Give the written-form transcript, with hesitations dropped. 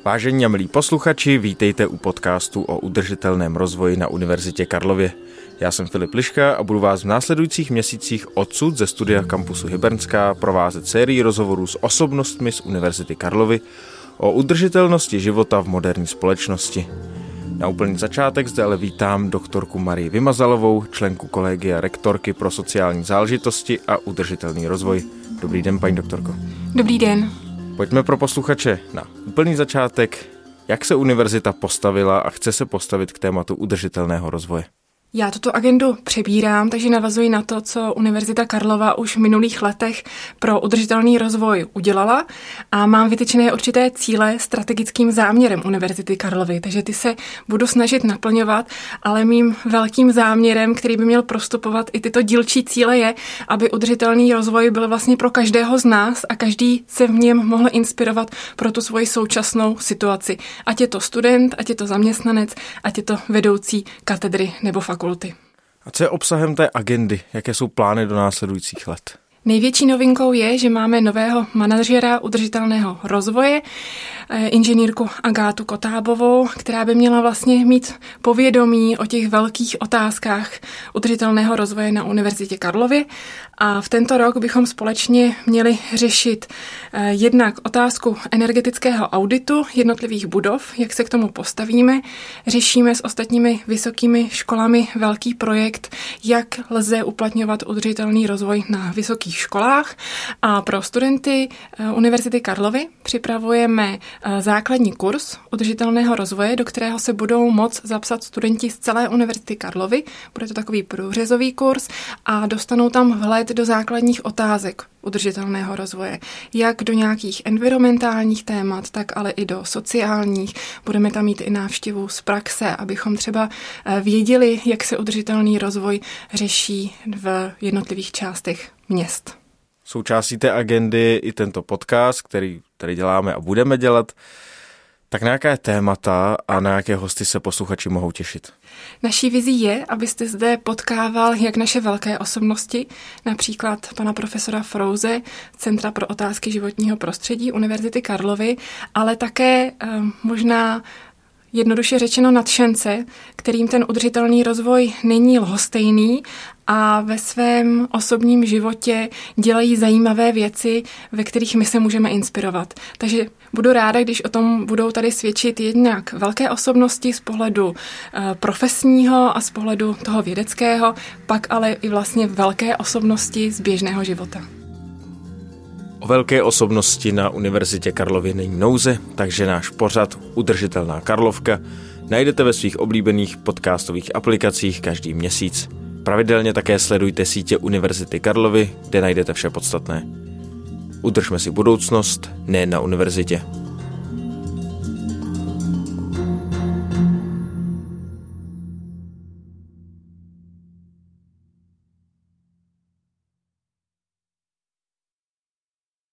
Vážení a milí posluchači, vítejte u podcastu o udržitelném rozvoji na Univerzitě Karlově. Já jsem Filip Liška a budu vás v následujících měsících odsud ze studia kampusu Hybernská provázet sérii rozhovorů s osobnostmi z Univerzity Karlovy o udržitelnosti života v moderní společnosti. Na úplný začátek zde ale vítám doktorku Marii Vymazalovou, členku kolegia rektorky pro sociální záležitosti a udržitelný rozvoj. Dobrý den, paní doktorko. Dobrý den. Pojďme pro posluchače na úplný začátek. Jak se univerzita postavila a chce se postavit k tématu udržitelného rozvoje? Já tuto agendu přebírám, takže navazuji na to, co Univerzita Karlova už v minulých letech pro udržitelný rozvoj udělala a mám vytyčené určité cíle strategickým záměrem Univerzity Karlovy, takže ty se budu snažit naplňovat, ale mým velkým záměrem, který by měl prostupovat i tyto dílčí cíle, je, aby udržitelný rozvoj byl vlastně pro každého z nás a každý se v něm mohl inspirovat pro tu svoji současnou situaci. Ať je to student, ať je to zaměstnanec, ať je to vedoucí katedry nebo fakulty. A co je obsahem té agendy? Jaké jsou plány do následujících let? Největší novinkou je, že máme nového manažera udržitelného rozvoje, inženýrku Agátu Kotábovou, která by měla vlastně mít povědomí o těch velkých otázkách udržitelného rozvoje na Univerzitě Karlově. A v tento rok bychom společně měli řešit jednak otázku energetického auditu jednotlivých budov, jak se k tomu postavíme. Řešíme s ostatními vysokými školami velký projekt, jak lze uplatňovat udržitelný rozvoj na vysokých školách. A pro studenty Univerzity Karlovy připravujeme základní kurz udržitelného rozvoje, do kterého se budou moct zapsat studenti z celé Univerzity Karlovy. Bude to takový průřezový kurz a dostanou tam vhled do základních otázek udržitelného rozvoje. Jak do nějakých environmentálních témat, tak ale i do sociálních. Budeme tam mít i návštěvu z praxe, abychom třeba věděli, jak se udržitelný rozvoj řeší v jednotlivých částech měst. Součástí té agendy i tento podcast, který tady děláme a budeme dělat. Tak na jaké témata a na jaké hosty se posluchači mohou těšit? Naší vizí je, abyste zde potkával jak naše velké osobnosti, například pana profesora Frouze, Centra pro otázky životního prostředí Univerzity Karlovy, ale také možná jednoduše řečeno nadšence, kterým ten udržitelný rozvoj není lhostejný a ve svém osobním životě dělají zajímavé věci, ve kterých my se můžeme inspirovat. Takže budu ráda, když o tom budou tady svědčit jednak velké osobnosti z pohledu profesního a z pohledu toho vědeckého, pak ale i vlastně velké osobnosti z běžného života. O velké osobnosti na Univerzitě Karlově není nouze, takže náš pořad Udržitelná Karlovka najdete ve svých oblíbených podcastových aplikacích každý měsíc. Pravidelně také sledujte sítě Univerzity Karlovy, kde najdete vše podstatné. Udržme si budoucnost, ne na univerzitě.